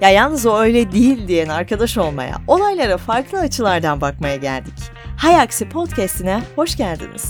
Ya yalnız o öyle değil diyen arkadaş olmaya, olaylara farklı açılardan bakmaya geldik. Hay Aksi Podcast'ine hoş geldiniz.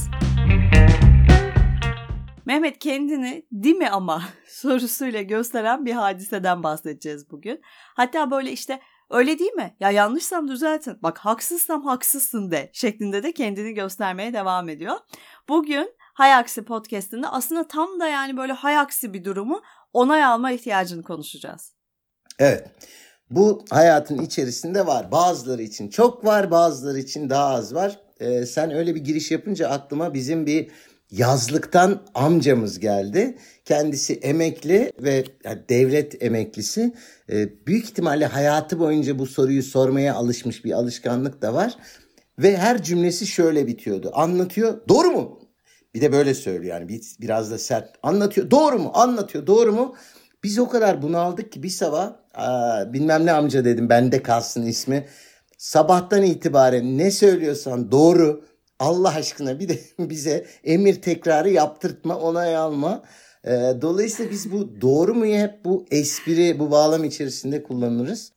Mehmet kendini değil mi ama sorusuyla gösteren bir hadiseden bahsedeceğiz bugün. Hatta böyle işte öyle değil mi? Ya yanlışsam düzeltin. Bak haksızsam haksızsın de şeklinde de kendini göstermeye devam ediyor. Bugün Hay Aksi Podcast'inde aslında tam da yani böyle hay aksi bir durumu onay alma ihtiyacını konuşacağız. Evet, bu hayatın içerisinde var. Bazıları için çok var, bazıları için daha az var. Sen öyle bir giriş yapınca aklıma bizim bir yazlıktan amcamız geldi. Kendisi emekli ve yani devlet emeklisi. Büyük ihtimalle hayatı boyunca bu soruyu sormaya alışmış, bir alışkanlık da var. Ve her cümlesi şöyle bitiyordu. Anlatıyor, doğru mu? Bir de böyle söylüyor yani biraz da sert. Anlatıyor, doğru mu? Anlatıyor, doğru mu? Biz o kadar bunaldık ki bir sabah bilmem ne amca dedim, bende kalsın ismi. Sabahtan itibaren ne söylüyorsan doğru, Allah aşkına bir de bize emir tekrarı yaptırtma, onay alma. Dolayısıyla biz bu doğru muyu hep bu espri, bu bağlam içerisinde kullanırız.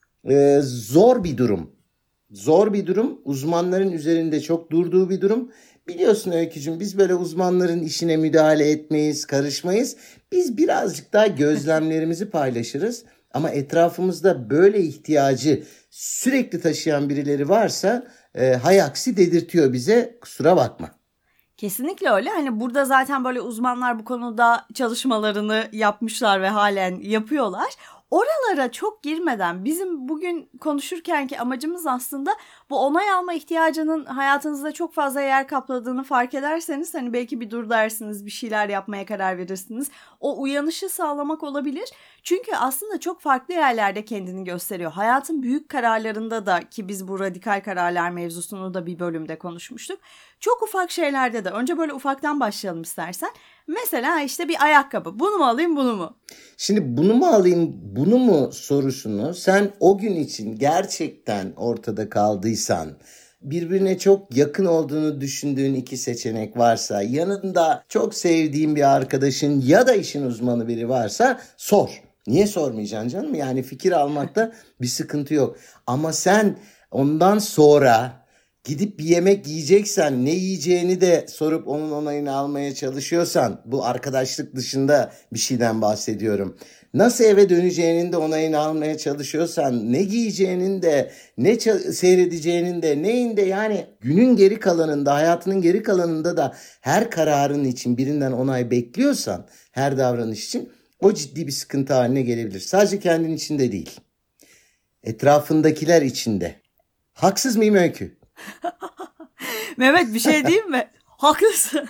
Zor bir durum. Zor bir durum. Uzmanların üzerinde çok durduğu bir durum. Biliyorsun Öykücüğüm, biz böyle uzmanların işine müdahale etmeyiz, karışmayız. Biz birazcık daha gözlemlerimizi paylaşırız. Ama etrafımızda böyle ihtiyacı sürekli taşıyan birileri varsa hay aksi dedirtiyor bize, kusura bakma. Kesinlikle öyle. Hani burada zaten böyle uzmanlar bu konuda çalışmalarını yapmışlar ve halen yapıyorlar. Oralara çok girmeden bizim bugün konuşurkenki amacımız aslında bu onay alma ihtiyacının hayatınızda çok fazla yer kapladığını fark ederseniz hani belki bir dur dersiniz, bir şeyler yapmaya karar verirsiniz. O uyanışı sağlamak olabilir. Çünkü aslında çok farklı yerlerde kendini gösteriyor. Hayatın büyük kararlarında da, ki biz bu radikal kararlar mevzusunu da bir bölümde konuşmuştuk. Çok ufak şeylerde de, önce böyle ufaktan başlayalım istersen. Mesela işte bir ayakkabı. Bunu mu alayım, bunu mu? Şimdi bunu mu alayım, bunu mu sorusunu sen o gün için gerçekten ortada kaldıysan, birbirine çok yakın olduğunu düşündüğün iki seçenek varsa, yanında çok sevdiğin bir arkadaşın ya da işin uzmanı biri varsa sor. Niye sormayacaksın canım? Yani fikir almakta bir sıkıntı yok. Ama sen ondan sonra gidip bir yemek yiyeceksen, ne yiyeceğini de sorup onun onayını almaya çalışıyorsan, bu arkadaşlık dışında bir şeyden bahsediyorum. Nasıl eve döneceğinin de onayını almaya çalışıyorsan, ne giyeceğinin de, ne seyredeceğinin de, neyin de, yani günün geri kalanında, hayatının geri kalanında da her kararın için birinden onay bekliyorsan, her davranış için, o ciddi bir sıkıntı haline gelebilir. Sadece kendin içinde değil, etrafındakiler içinde. Haksız mıyım Öykü? Mehmet, bir şey diyeyim mi? Haklısın.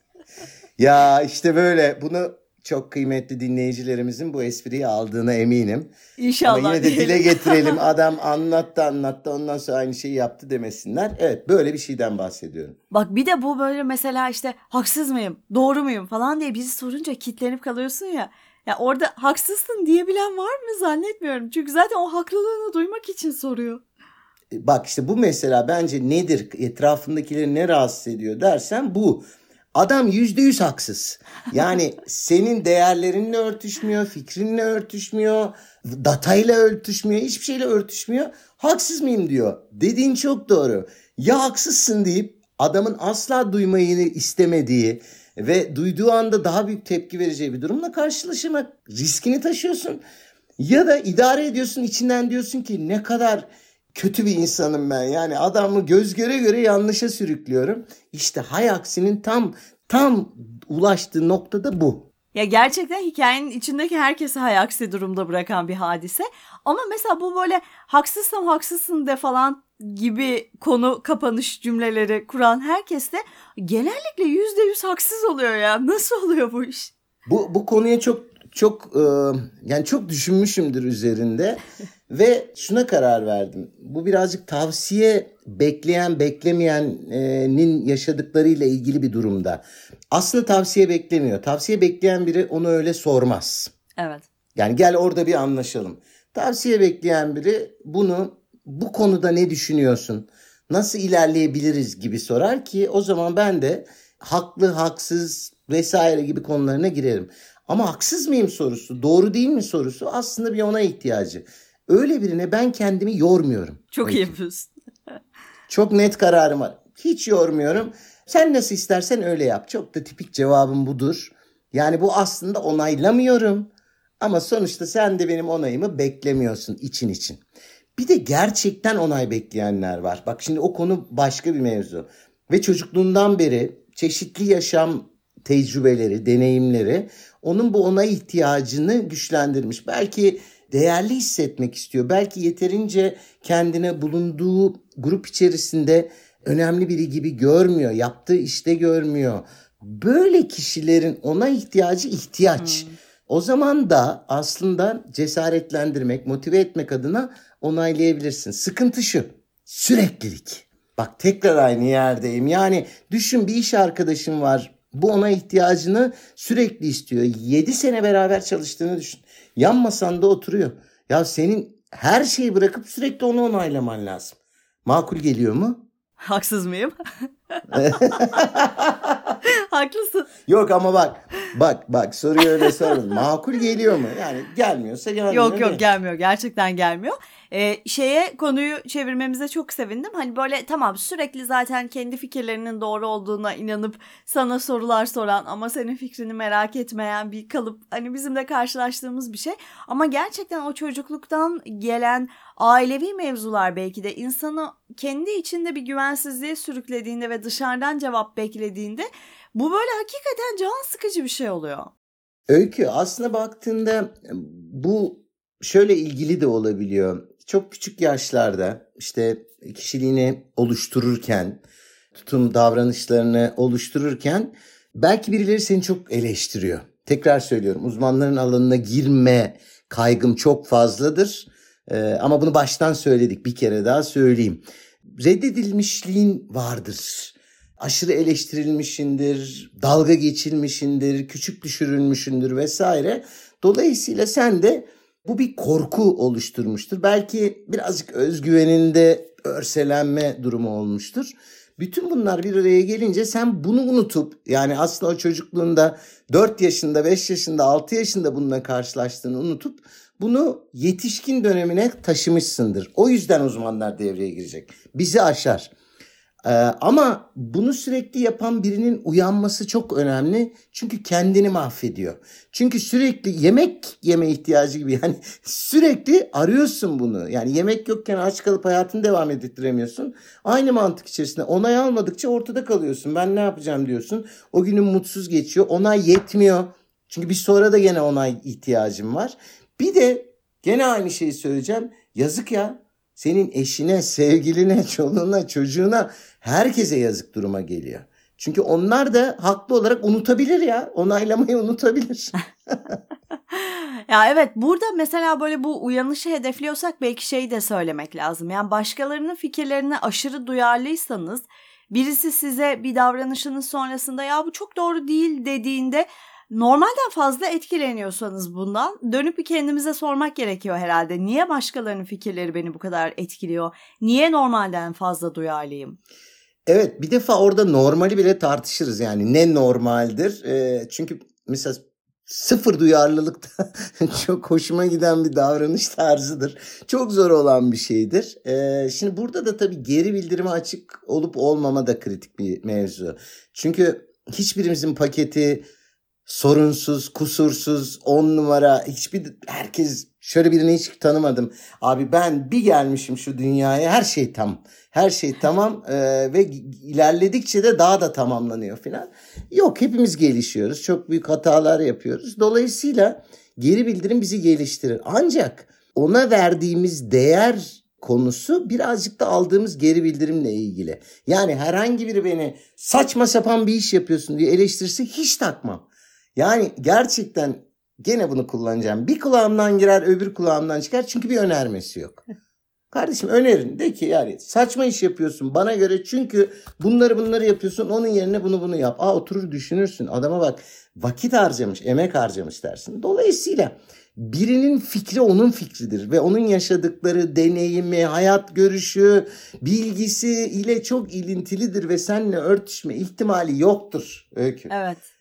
Ya işte böyle, bunu çok kıymetli dinleyicilerimizin bu espriyi aldığına eminim. İnşallah. Ama yine de dile getirelim. Adam anlattı ondan sonra aynı şeyi yaptı demesinler. Evet, böyle bir şeyden bahsediyorum. Bak bir de bu böyle mesela işte haksız mıyım, doğru muyum falan diye bizi sorunca kitlenip kalıyorsun ya. Ya orada haksızsın diyebilen var mı zannetmiyorum. Çünkü zaten o haklılığını duymak için soruyor. Bak işte bu mesela bence nedir, etrafındakileri ne rahatsız ediyor dersen bu. Adam %100 haksız. Yani senin değerlerinle örtüşmüyor, fikrinle örtüşmüyor, datayla örtüşmüyor, hiçbir şeyle örtüşmüyor. Haksız mıyım diyor. Dediğin çok doğru. Ya haksızsın deyip adamın asla duymayı istemediği ve duyduğu anda daha büyük tepki vereceği bir durumla karşılaşmak riskini taşıyorsun. Ya da idare ediyorsun, içinden diyorsun ki ne kadar kötü bir insanım ben. Yani adamı göz göre göre yanlışa sürüklüyorum. İşte hay aksinin tam ulaştığı noktada bu. Ya gerçekten hikayenin içindeki herkesi hay aksi durumda bırakan bir hadise. Ama mesela bu böyle haksızsam haksızsın de falan gibi konu kapanış cümleleri kuran herkes de genellikle %100 haksız oluyor ya. Nasıl oluyor bu iş? Bu konuya yani çok düşünmüşümdür üzerinde ve şuna karar verdim. Bu birazcık tavsiye bekleyen beklemeyenin yaşadıklarıyla ilgili bir durumda. Aslında tavsiye beklemiyor. Tavsiye bekleyen biri onu öyle sormaz. Evet. Yani gel orada bir anlaşalım. Tavsiye bekleyen biri bunu, bu konuda ne düşünüyorsun? Nasıl ilerleyebiliriz gibi sorar ki o zaman ben de haklı, haksız vesaire gibi konularına girerim. Ama haksız mıyım sorusu, doğru değil mi sorusu aslında bir ona ihtiyacı. Öyle birine ben kendimi yormuyorum. Çok iyi yapıyorsun. Çok net kararım var. Hiç yormuyorum. Sen nasıl istersen öyle yap. Çok da tipik cevabım budur. Yani bu aslında onaylamıyorum. Ama sonuçta sen de benim onayımı beklemiyorsun için. Bir de gerçekten onay bekleyenler var. Bak şimdi o konu başka bir mevzu. Ve çocukluğundan beri çeşitli yaşam tecrübeleri, deneyimleri onun bu onay ihtiyacını güçlendirmiş. Belki değerli hissetmek istiyor. Belki yeterince kendine bulunduğu grup içerisinde önemli biri gibi görmüyor. Yaptığı işte görmüyor. Böyle kişilerin ona ihtiyacı ihtiyaç. O zaman da aslında cesaretlendirmek, motive etmek adına onaylayabilirsin. Sıkıntı şu: süreklilik. Bak tekrar aynı yerdeyim. Yani düşün, bir iş arkadaşın var. Bu ona ihtiyacını sürekli istiyor. 7 sene beraber çalıştığını düşün. Yan masanda oturuyor. Ya senin her şeyi bırakıp sürekli onu onaylaman lazım. Makul geliyor mu? Haksız mıyım? Haklısın. Yok ama bak soruyu öyle sorun. Makul geliyor mu? Yani gelmiyorsa gelmiyor. Yok gelmiyor. Gerçekten gelmiyor. Konuyu çevirmemize çok sevindim. Hani böyle tamam, sürekli zaten kendi fikirlerinin doğru olduğuna inanıp sana sorular soran ama senin fikrini merak etmeyen bir kalıp, hani bizim de karşılaştığımız bir şey. Ama gerçekten o çocukluktan gelen ailevi mevzular belki de insanı kendi içinde bir güvensizliğe sürüklediğinde ve dışarıdan cevap beklediğinde bu böyle hakikaten can sıkıcı bir şey oluyor. Öykü, aslına baktığında bu şöyle ilgili de olabiliyor. Çok küçük yaşlarda işte kişiliğini oluştururken, tutum davranışlarını oluştururken belki birileri seni çok eleştiriyor. Tekrar söylüyorum, uzmanların alanına girme kaygım çok fazladır. Ama bunu baştan söyledik, bir kere daha söyleyeyim. Reddedilmişliğin vardır. Aşırı eleştirilmişindir, dalga geçilmişindir, küçük düşürülmüşündür vesaire. Dolayısıyla sen de bu bir korku oluşturmuştur. Belki birazcık özgüveninde örselenme durumu olmuştur. Bütün bunlar bir araya gelince sen bunu unutup, yani aslında o çocukluğunda 4 yaşında, 5 yaşında, 6 yaşında bununla karşılaştığını unutup bunu yetişkin dönemine taşımışsındır. O yüzden uzmanlar devreye girecek. Bizi aşar. Ama bunu sürekli yapan birinin uyanması çok önemli. Çünkü kendini mahvediyor. Çünkü sürekli yemek yeme ihtiyacı gibi, yani sürekli arıyorsun bunu. Yani yemek yokken aç kalıp hayatını devam ettiremiyorsun. Aynı mantık içerisinde onay almadıkça ortada kalıyorsun. Ben ne yapacağım diyorsun. O günün mutsuz geçiyor. Onay yetmiyor. Çünkü bir sonra da gene onay ihtiyacım var. Bir de gene aynı şeyi söyleyeceğim. Yazık ya. Senin eşine, sevgiline, çoluğuna, çocuğuna, herkese yazık duruma geliyor. Çünkü onlar da haklı olarak unutabilir ya. Onaylamayı unutabilir. Ya evet, burada mesela böyle bu uyanışı hedefliyorsak belki şeyi de söylemek lazım. Yani başkalarının fikirlerine aşırı duyarlıysanız, birisi size bir davranışınız sonrasında ya bu çok doğru değil dediğinde normalden fazla etkileniyorsanız bundan dönüp bir kendimize sormak gerekiyor herhalde. Niye başkalarının fikirleri beni bu kadar etkiliyor? Niye normalden fazla duyarlıyım? Evet, bir defa orada normali bile tartışırız, yani ne normaldir? Çünkü mesela sıfır duyarlılık da çok hoşuma giden bir davranış tarzıdır. Çok zor olan bir şeydir. Şimdi burada da tabii geri bildirime açık olup olmama da kritik bir mevzu. Çünkü hiçbirimizin paketi sorunsuz, kusursuz, 10 numara, herkes, şöyle birini hiç tanımadım. Abi ben bir gelmişim şu dünyaya, her şey tam. Her şey tamam ve ilerledikçe de daha da tamamlanıyor filan. Yok, hepimiz gelişiyoruz. Çok büyük hatalar yapıyoruz. Dolayısıyla geri bildirim bizi geliştirir. Ancak ona verdiğimiz değer konusu birazcık da aldığımız geri bildirimle ilgili. Yani herhangi biri beni saçma sapan bir iş yapıyorsun diye eleştirirse hiç takmam. Yani gerçekten gene bunu kullanacağım. Bir kulağımdan girer, öbür kulağımdan çıkar. Çünkü bir önermesi yok. Kardeşim, önerin. De ki yani saçma iş yapıyorsun bana göre. Çünkü bunları yapıyorsun. Onun yerine bunu yap. Oturur düşünürsün. Adama bak, vakit harcamış, emek harcamış dersin. Dolayısıyla birinin fikri onun fikridir. Ve onun yaşadıkları, deneyimi, hayat görüşü, bilgisi ile çok ilintilidir. Ve seninle örtüşme ihtimali yoktur Öykü. Evet.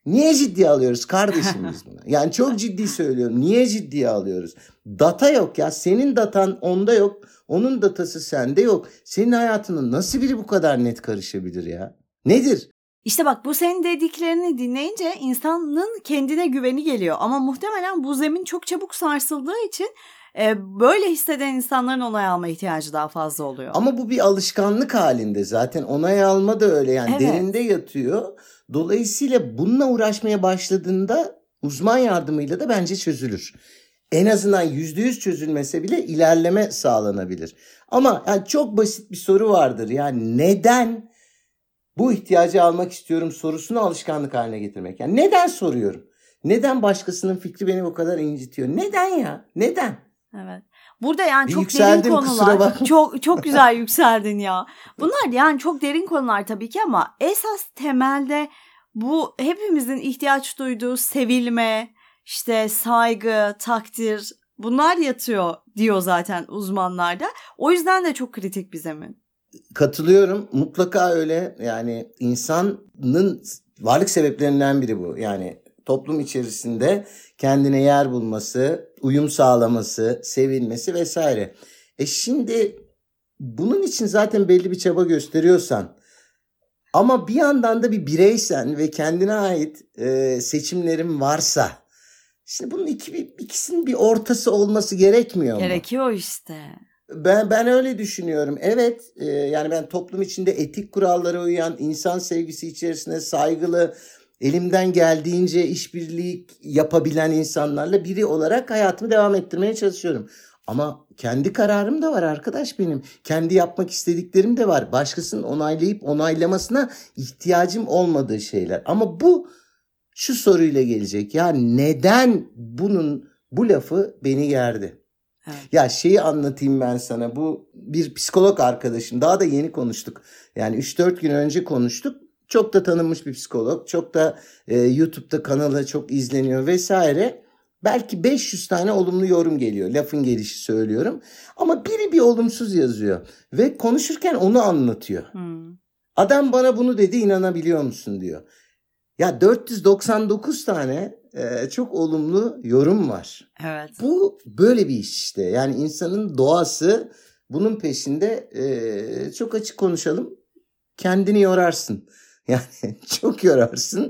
Niye ciddiye alıyoruz kardeşim biz bunu? Yani çok ciddi söylüyorum. Niye ciddiye alıyoruz? Data yok ya. Senin datan onda yok. Onun datası sende yok. Senin hayatına nasıl biri bu kadar net karışabilir ya? Nedir? İşte bak, bu senin dediklerini dinleyince insanın kendine güveni geliyor. Ama muhtemelen bu zemin çok çabuk sarsıldığı için böyle hisseden insanların onay alma ihtiyacı daha fazla oluyor. Ama bu bir alışkanlık halinde zaten. Onay alma da öyle yani, Evet. derinde yatıyor. Dolayısıyla bununla uğraşmaya başladığında uzman yardımıyla da bence çözülür. En azından %100 çözülmese bile ilerleme sağlanabilir. Ama yani çok basit bir soru vardır. Yani neden bu ihtiyacı almak istiyorum sorusunu alışkanlık haline getirmek. Yani neden soruyorum? Neden başkasının fikri beni bu kadar incitiyor? Neden ya? Neden? Evet. Burada yani Bir çok yükseldim, derin kusura konular. bakma. Çok güzel yükseldin ya. Bunlar yani çok derin konular tabii ki ama esas temelde bu hepimizin ihtiyaç duyduğu sevilme, işte saygı, takdir, bunlar yatıyor diyor zaten uzmanlar da. O yüzden de çok kritik bir zemin. Katılıyorum. Mutlaka öyle. Yani insanın varlık sebeplerinden biri bu. Yani toplum içerisinde kendine yer bulması, uyum sağlaması, sevilmesi vesaire. Şimdi bunun için zaten belli bir çaba gösteriyorsan ama bir yandan da bir bireysen ve kendine ait seçimlerin varsa, şimdi bunun ikisinin bir ortası olması gerekmiyor mu? Gerekiyor işte. Ben öyle düşünüyorum. Evet, yani ben toplum içinde etik kurallara uyan, insan sevgisi içerisinde saygılı, elimden geldiğince işbirliği yapabilen insanlarla biri olarak hayatımı devam ettirmeye çalışıyorum. Ama kendi kararım da var arkadaş benim. Kendi yapmak istediklerim de var. Başkasının onaylayıp onaylamasına ihtiyacım olmadığı şeyler. Ama bu şu soruyla gelecek. Ya neden bu lafı beni gerdi? Evet. Ya şeyi anlatayım ben sana. Bu bir psikolog arkadaşım. Daha da yeni konuştuk. Yani 3-4 gün önce konuştuk. Çok da tanınmış bir psikolog. Çok da YouTube'da kanalı çok izleniyor vesaire. Belki 500 tane olumlu yorum geliyor. Lafın gelişi söylüyorum. Ama biri bir olumsuz yazıyor. Ve konuşurken onu anlatıyor. Adam bana bunu dedi, inanabiliyor musun diyor. Ya 499 tane çok olumlu yorum var. Evet. Bu böyle bir iş işte. Yani insanın doğası bunun peşinde. Çok açık konuşalım. Kendini yorarsın. Yani çok yorarsın.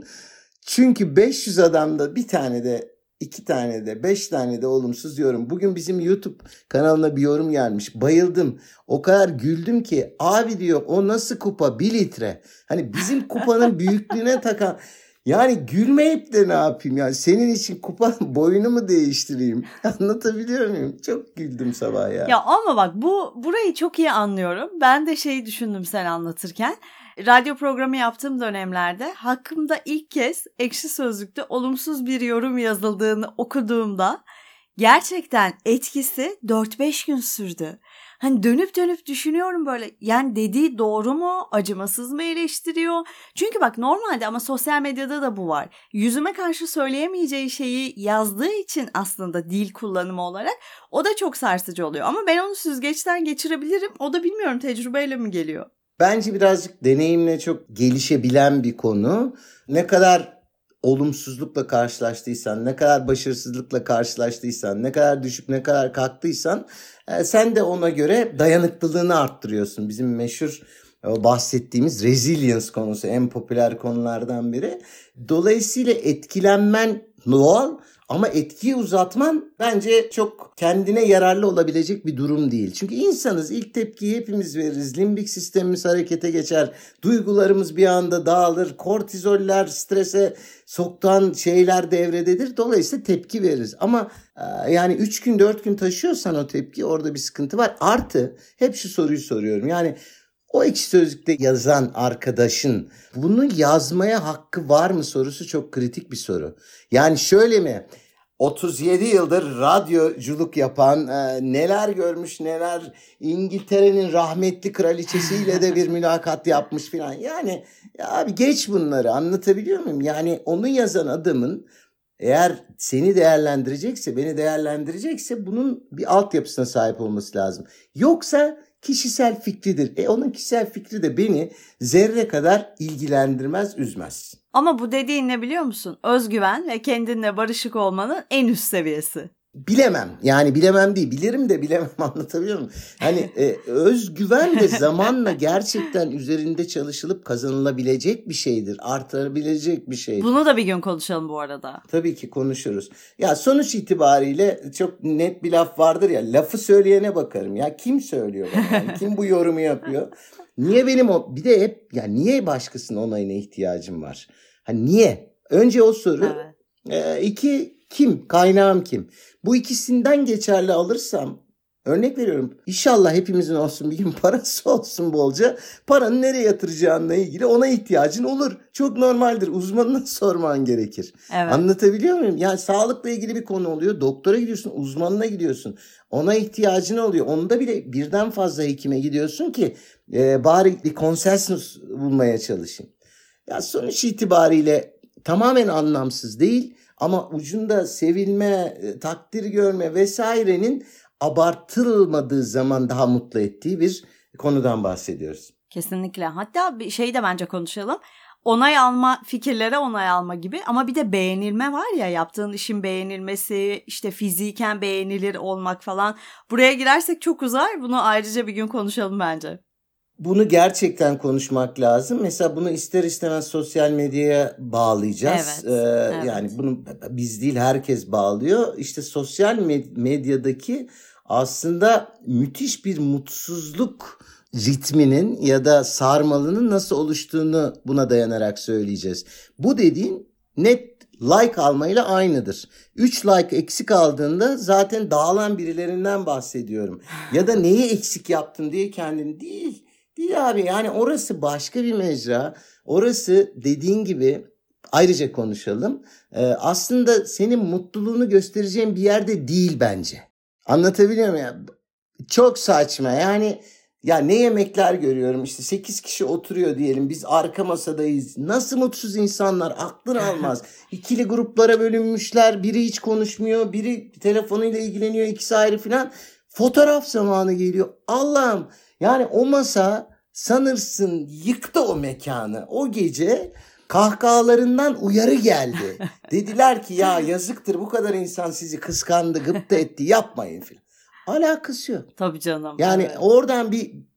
Çünkü 500 adamda bir tane de, 2 tane de, 5 tane de olumsuz yorum. Bugün bizim YouTube kanalına bir yorum gelmiş. Bayıldım. O kadar güldüm ki, abi diyor, o nasıl kupa? 1 litre. Hani bizim kupanın büyüklüğüne takan. Yani gülmeyip de ne yapayım? Yani senin için kupa boyunu mu değiştireyim? Anlatabiliyor muyum? Çok güldüm sabah ya. Ya ama bak, burayı çok iyi anlıyorum. Ben de şeyi düşündüm sen anlatırken. Radyo programı yaptığım dönemlerde hakkımda ilk kez Ekşi Sözlük'te olumsuz bir yorum yazıldığını okuduğumda gerçekten etkisi 4-5 gün sürdü. Hani dönüp dönüp düşünüyorum böyle, yani dediği doğru mu, acımasız mı eleştiriyor? Çünkü bak, normalde ama sosyal medyada da bu var. Yüzüme karşı söyleyemeyeceği şeyi yazdığı için aslında dil kullanımı olarak o da çok sarsıcı oluyor. Ama ben onu süzgeçten geçirebilirim. O da bilmiyorum, tecrübeyle mi geliyor? Bence birazcık deneyimle çok gelişebilen bir konu. Ne kadar olumsuzlukla karşılaştıysan, ne kadar başarısızlıkla karşılaştıysan, ne kadar düşüp ne kadar kalktıysan sen de ona göre dayanıklılığını arttırıyorsun. Bizim meşhur bahsettiğimiz resilience konusu en popüler konulardan biri. Dolayısıyla etkilenmen doğal ama etkiyi uzatman bence çok kendine yararlı olabilecek bir durum değil. Çünkü insanız, ilk tepkiyi hepimiz veririz. Limbik sistemimiz harekete geçer. Duygularımız bir anda dağılır. Kortizoller strese soktan şeyler devrededir. Dolayısıyla tepki veririz. Ama yani 3 gün 4 gün taşıyorsan o tepki, orada bir sıkıntı var. Artı hep şu soruyu soruyorum. Yani o Ekşi Sözlük'te yazan arkadaşın bunu yazmaya hakkı var mı sorusu çok kritik bir soru. Yani şöyle mi? 37 yıldır radyoculuk yapan, neler görmüş neler, İngiltere'nin rahmetli kraliçesiyle de bir mülakat yapmış filan. Yani ya abi geç bunları, anlatabiliyor muyum? Yani onu yazan adamın eğer seni değerlendirecekse, beni değerlendirecekse bunun bir altyapısına sahip olması lazım. Yoksa kişisel fikridir. Onun kişisel fikri de beni zerre kadar ilgilendirmez, üzmez. Ama bu dediğin ne biliyor musun? Özgüven ve kendinle barışık olmanın en üst seviyesi. Bilemem. Yani bilemem değil. Bilirim de bilemem, anlatabiliyor muyum? Hani özgüven de zamanla gerçekten üzerinde çalışılıp kazanılabilecek bir şeydir. Artırabilecek bir şeydir. Bunu da bir gün konuşalım bu arada. Tabii ki konuşuruz. Ya sonuç itibariyle çok net bir laf vardır ya. Lafı söyleyene bakarım. Ya kim söylüyor bana? Yani kim bu yorumu yapıyor? Niye benim bir de hep ya niye başkasının onayına ihtiyacım var? Hani niye? Önce o soru. Evet. İki, kim? Kaynağım kim? Bu ikisinden geçerli alırsam, örnek veriyorum, İnşallah hepimizin olsun bir gün parası olsun bolca. Paranı nereye yatıracağınla ilgili ona ihtiyacın olur. Çok normaldir. Uzmanına sorman gerekir. Evet. Anlatabiliyor muyum? Yani sağlıkla ilgili bir konu oluyor. Doktora gidiyorsun, uzmanına gidiyorsun. Ona ihtiyacın oluyor. Onda bile birden fazla hekime gidiyorsun ki bari bir konsensus bulmaya çalışayım. Ya sonuç itibariyle tamamen anlamsız değil ama ucunda sevilme, takdir görme vesairenin abartılmadığı zaman daha mutlu ettiği bir konudan bahsediyoruz. Kesinlikle. Hatta bir şey de bence konuşalım. Onay alma, fikirlere onay alma gibi ama bir de beğenilme var ya, yaptığın işin beğenilmesi, işte fiziken beğenilir olmak falan. Buraya girersek çok uzar. Bunu ayrıca bir gün konuşalım bence. Bunu gerçekten konuşmak lazım. Mesela bunu ister istemez sosyal medyaya bağlayacağız. Evet. Yani bunu biz değil herkes bağlıyor. İşte sosyal medyadaki aslında müthiş bir mutsuzluk ritminin ya da sarmalının nasıl oluştuğunu buna dayanarak söyleyeceğiz. Bu dediğin net like almayla aynıdır. 3 like eksik aldığında zaten dağılan birilerinden bahsediyorum. Ya da neyi eksik yaptın diye kendini değil. Değil abi, yani orası başka bir mecra. Orası dediğin gibi ayrıca konuşalım. Aslında senin mutluluğunu göstereceğin bir yerde değil bence. Anlatabiliyor muyum? Ya? Çok saçma yani. Ya ne yemekler görüyorum, işte 8 kişi oturuyor diyelim, biz arka masadayız. Nasıl mutsuz insanlar, aklın almaz. İkili gruplara bölünmüşler, biri hiç konuşmuyor, biri telefonuyla ilgileniyor, ikisi ayrı filan. Fotoğraf zamanı geliyor. Allah'ım, yani o masa sanırsın yıktı o mekanı. O gece kahkahalarından uyarı geldi. Dediler ki ya yazıktır, bu kadar insan sizi kıskandı, gıpta etti, yapmayın filan. Alakası yok. Tabii canım. Yani evet. oradan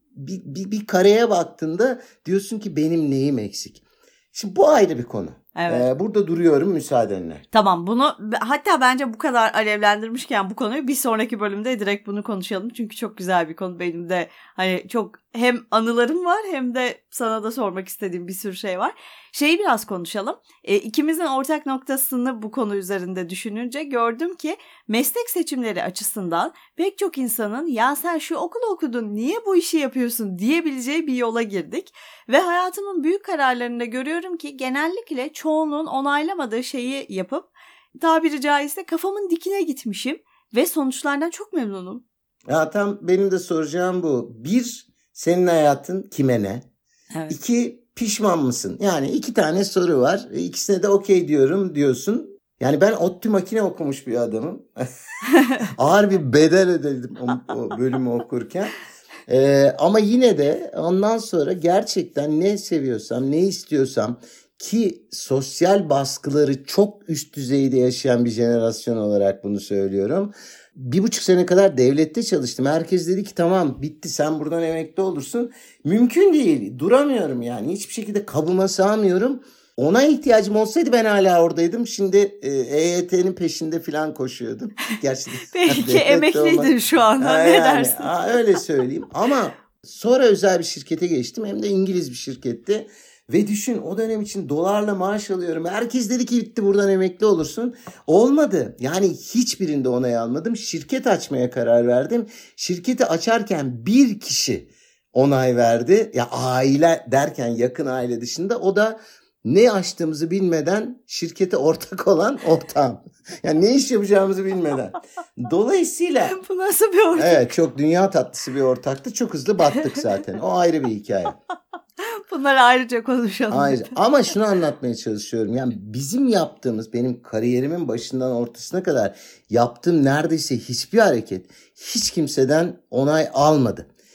bir kareye baktığında diyorsun ki benim neyim eksik? Şimdi bu ayrı bir konu. Evet. Burada duruyorum müsaadenle. Tamam, bunu hatta bence bu kadar alevlendirmişken bu konuyu bir sonraki bölümde direkt bunu konuşalım. Çünkü çok güzel bir konu, benim de hani çok hem anılarım var hem de sana da sormak istediğim bir sürü şey var. Şeyi biraz konuşalım. İkimizin ortak noktasını bu konu üzerinde düşününce gördüm ki meslek seçimleri açısından pek çok insanın ya sen şu okulu okudun niye bu işi yapıyorsun diyebileceği bir yola girdik. Ve hayatımın büyük kararlarında görüyorum ki genellikle çoğunun onaylamadığı şeyi yapıp tabiri caizse kafamın dikine gitmişim ve sonuçlardan çok memnunum. Ya tam benim de soracağım bu. Bir, senin hayatın kime ne? Evet. İki, pişman mısın? Yani 2 tane soru var. İkisine de okey diyorsun. Yani ben ODTÜ makine okumuş bir adamım. Ağır bir bedel ödedim o bölümü okurken. Ama yine de ondan sonra gerçekten ne seviyorsam, ne istiyorsam, ki sosyal baskıları çok üst düzeyde yaşayan bir jenerasyon olarak bunu söylüyorum. 1,5 sene kadar devlette çalıştım. Herkes dedi ki tamam bitti, sen buradan emekli olursun. Mümkün değil. Duramıyorum yani. Hiçbir şekilde kabıma sığamıyorum. Ona ihtiyacım olsaydı ben hala oradaydım. Şimdi EYT'nin peşinde falan koşuyordum. Gerçi Belki emekliydin şu an. Ne dersin? Öyle söyleyeyim. Ama sonra özel bir şirkete geçtim. Hem de İngiliz bir şirketti. Ve düşün, o dönem için dolarla maaş alıyorum. Herkes dedi ki bitti, buradan emekli olursun. Olmadı. Yani hiçbirinde onay almadım. Şirket açmaya karar verdim. Şirketi açarken bir kişi onay verdi. Ya aile derken yakın aile dışında, o da ne açtığımızı bilmeden şirkete ortak olan ortağım. Yani ne iş yapacağımızı bilmeden. Dolayısıyla bu nasıl bir ortak? Evet, çok dünya tatlısı bir ortaktı. Çok hızlı battık zaten. O ayrı bir hikaye. Bunları ayrıca konuşalım. Ayrıca. Ama şunu anlatmaya çalışıyorum. Yani bizim yaptığımız, benim kariyerimin başından ortasına kadar yaptığım neredeyse hiçbir hareket hiç kimseden onay almadı.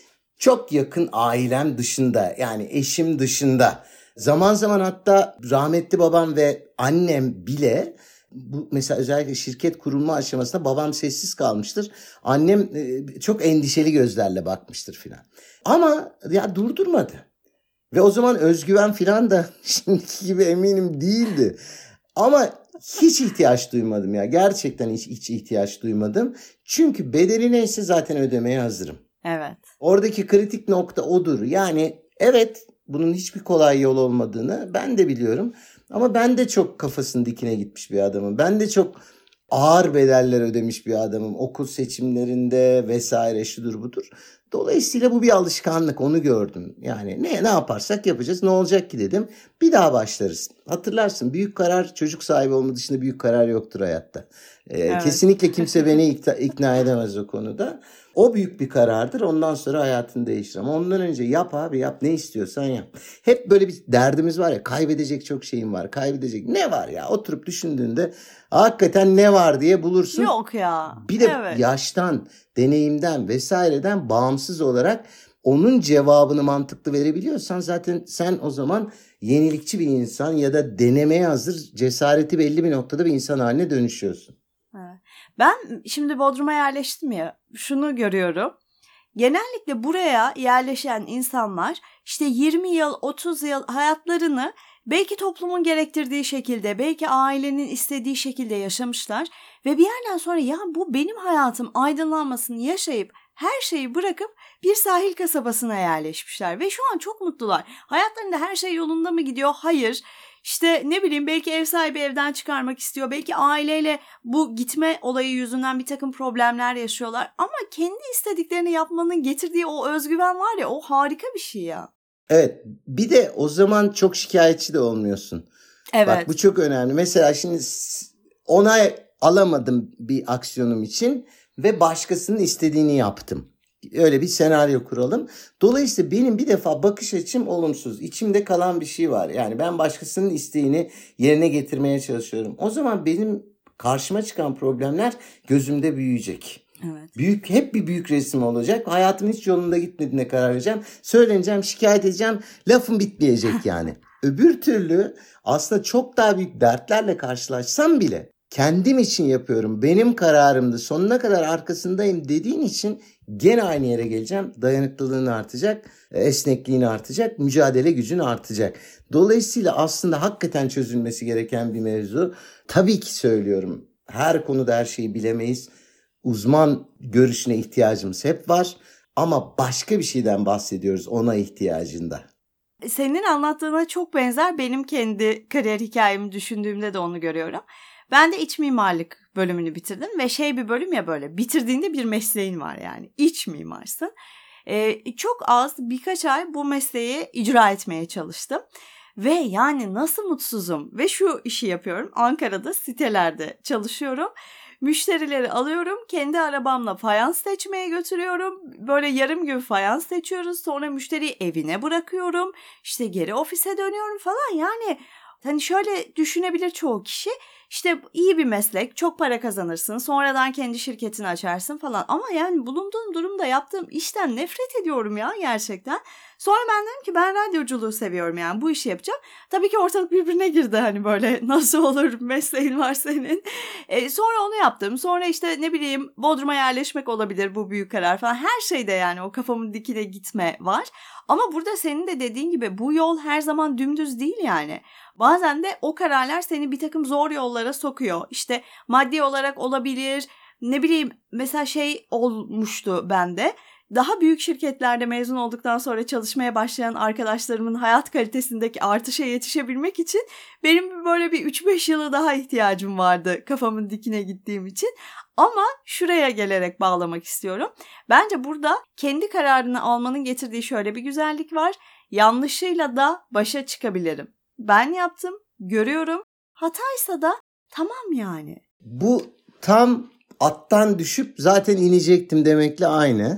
çok yakın ailem dışında, yani eşim dışında, zaman zaman hatta rahmetli babam ve annem bile, bu mesela özellikle şirket kurulma aşamasında babam sessiz kalmıştır. Annem çok endişeli gözlerle bakmıştır filan. Ama ya durdurmadı. Ve o zaman özgüven filan da şimdiki gibi eminim değildi. Ama hiç ihtiyaç duymadım ya. Gerçekten hiç ihtiyaç duymadım. Çünkü bedeli neyse zaten ödemeye hazırım. Evet. Oradaki kritik nokta odur. Yani evet, bunun hiçbir kolay yol olmadığını ben de biliyorum. Ama ben de çok kafasının dikine gitmiş bir adamım. Ben de çok ağır bedeller ödemiş bir adamım. Okul seçimlerinde vesaire, şudur budur. Dolayısıyla bu bir alışkanlık, onu gördüm. Yani ne yaparsak yapacağız, ne olacak ki dedim. Bir daha başlarız. Hatırlarsın, büyük karar, çocuk sahibi olma dışında büyük karar yoktur hayatta. Evet. Kesinlikle kimse beni ikna edemez o konuda. O büyük bir karardır. Ondan sonra hayatını değiştir. Ama ondan önce yap abi, yap, ne istiyorsan yap. Hep böyle bir derdimiz var ya, kaybedecek çok şeyim var. Kaybedecek ne var ya? Oturup düşündüğünde hakikaten ne var diye bulursun. Yok ya. Bir de evet. yaştan, deneyimden vesaireden bağımsız olarak onun cevabını mantıklı verebiliyorsan zaten sen o zaman yenilikçi bir insan ya da denemeye hazır, cesareti belli bir noktada bir insan haline dönüşüyorsun. Evet. Ben şimdi Bodrum'a yerleştim ya, şunu görüyorum. Genellikle buraya yerleşen insanlar işte 20 yıl, 30 yıl hayatlarını belki toplumun gerektirdiği şekilde, belki ailenin istediği şekilde yaşamışlar. Ve bir yerden sonra ya bu benim hayatım aydınlanmasını yaşayıp her şeyi bırakıp bir sahil kasabasına yerleşmişler. Ve şu an çok mutlular. Hayatlarında her şey yolunda mı gidiyor? Hayır. İşte ne bileyim, belki ev sahibi evden çıkarmak istiyor. Belki aileyle bu gitme olayı yüzünden bir takım problemler yaşıyorlar. Ama kendi istediklerini yapmanın getirdiği o özgüven var ya, o harika bir şey ya. Evet, bir de o zaman çok şikayetçi de olmuyorsun. Evet. Bak bu çok önemli. Mesela şimdi onay alamadım bir aksiyonum için ve başkasının istediğini yaptım. Öyle bir senaryo kuralım. Dolayısıyla benim bir defa bakış açım olumsuz. İçimde kalan bir şey var. Yani ben başkasının isteğini yerine getirmeye çalışıyorum. O zaman benim karşıma çıkan problemler gözümde büyüyecek. Evet. Hep bir büyük resim olacak. Hayatım hiç yolunda gitmediğine karar vereceğim. Söyleneceğim, şikayet edeceğim. Lafım bitmeyecek yani. Öbür türlü aslında çok daha büyük dertlerle karşılaşsam bile kendim için yapıyorum, benim kararımdı, sonuna kadar arkasındayım dediğin için gene aynı yere geleceğim. Dayanıklılığın artacak, esnekliğin artacak, mücadele gücün artacak. Dolayısıyla aslında hakikaten çözülmesi gereken bir mevzu. Tabii ki söylüyorum, her konuda her şeyi bilemeyiz. Uzman görüşüne ihtiyacımız hep var. Ama başka bir şeyden bahsediyoruz, ona ihtiyacında. Senin anlattığına çok benzer, benim kendi kariyer hikayemi düşündüğümde de onu görüyorum. Ben de iç mimarlık bölümünü bitirdim ve bir bölüm ya, böyle bitirdiğinde bir mesleğin var, yani iç mimarsın. Çok az birkaç ay bu mesleği icra etmeye çalıştım. Ve yani nasıl mutsuzum ve şu işi yapıyorum. Ankara'da sitelerde çalışıyorum. Müşterileri alıyorum, kendi arabamla fayans seçmeye götürüyorum. Böyle yarım gün fayans seçiyoruz. Sonra müşteriyi evine bırakıyorum. İşte geri ofise dönüyorum falan. Yani hani şöyle düşünebilir çoğu kişi. İşte iyi bir meslek, çok para kazanırsın, sonradan kendi şirketini açarsın falan. Ama yani bulunduğum durumda yaptığım işten nefret ediyorum ya gerçekten. Sonra ben dedim ki ben radyoculuğu seviyorum, yani bu işi yapacağım. Tabii ki ortalık birbirine girdi, hani böyle nasıl olur, mesleğin var senin. Sonra onu yaptım. Sonra işte ne bileyim, Bodrum'a yerleşmek olabilir, bu büyük karar falan. Her şeyde yani o kafamın dikine gitme var. Ama burada senin de dediğin gibi bu yol her zaman dümdüz değil yani. Bazen de o kararlar seni bir takım zor yollara sokuyor. İşte maddi olarak olabilir, ne bileyim mesela olmuştu bende. Daha büyük şirketlerde mezun olduktan sonra çalışmaya başlayan arkadaşlarımın hayat kalitesindeki artışa yetişebilmek için benim böyle bir 3-5 yıla daha ihtiyacım vardı kafamın dikine gittiğim için. Ama şuraya gelerek bağlamak istiyorum. Bence burada kendi kararını almanın getirdiği şöyle bir güzellik var. Yanlışıyla da başa çıkabilirim. Ben yaptım, görüyorum. Hataysa da tamam yani. Bu tam attan düşüp zaten inecektim demekle aynı.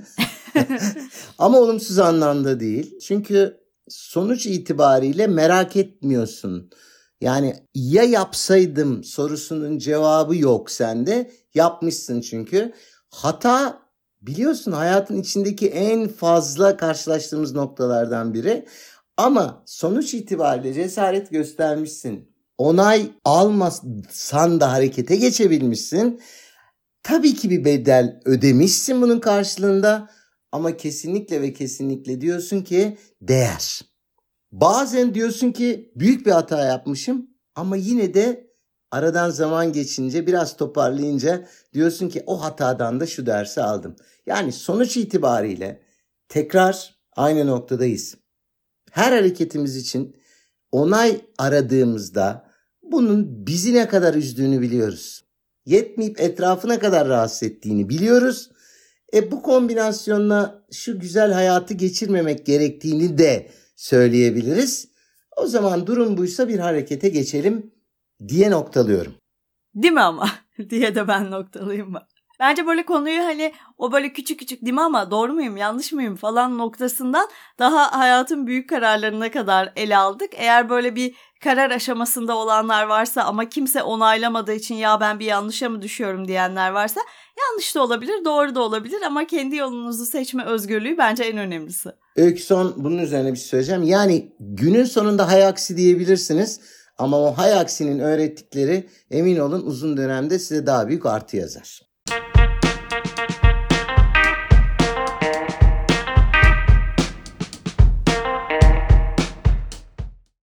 Ama olumsuz anlamda değil. Çünkü sonuç itibariyle merak etmiyorsun. Yani ya yapsaydım sorusunun cevabı yok sende. Yapmışsın çünkü. Hata biliyorsun hayatın içindeki en fazla karşılaştığımız noktalardan biri. Ama sonuç itibariyle cesaret göstermişsin. Onay almasan da harekete geçebilmişsin. Tabii ki bir bedel ödemişsin bunun karşılığında. Ama kesinlikle ve kesinlikle diyorsun ki değer. Bazen diyorsun ki büyük bir hata yapmışım ama yine de aradan zaman geçince biraz toparlayınca diyorsun ki o hatadan da şu dersi aldım. Yani sonuç itibariyle tekrar aynı noktadayız. Her hareketimiz için onay aradığımızda bunun bizi ne kadar üzdüğünü biliyoruz. Yetmeyip etrafına kadar rahatsız ettiğini biliyoruz. Bu kombinasyonla şu güzel hayatı geçirmemek gerektiğini de söyleyebiliriz. O zaman durum buysa bir harekete geçelim diye noktalıyorum. Değil mi ama? diye de ben noktalayayım mı? Bence böyle konuyu hani o böyle küçük küçük değil mi ama doğru muyum yanlış mıyım falan noktasından daha hayatın büyük kararlarına kadar ele aldık. Eğer böyle bir karar aşamasında olanlar varsa ama kimse onaylamadığı için ya ben bir yanlışa mı düşüyorum diyenler varsa yanlış da olabilir, doğru da olabilir ama kendi yolunuzu seçme özgürlüğü bence en önemlisi. Öykü son bunun üzerine bir şey söyleyeceğim. Yani günün sonunda hay aksi diyebilirsiniz ama o hay aksinin öğrettikleri emin olun uzun dönemde size daha büyük artı yazar.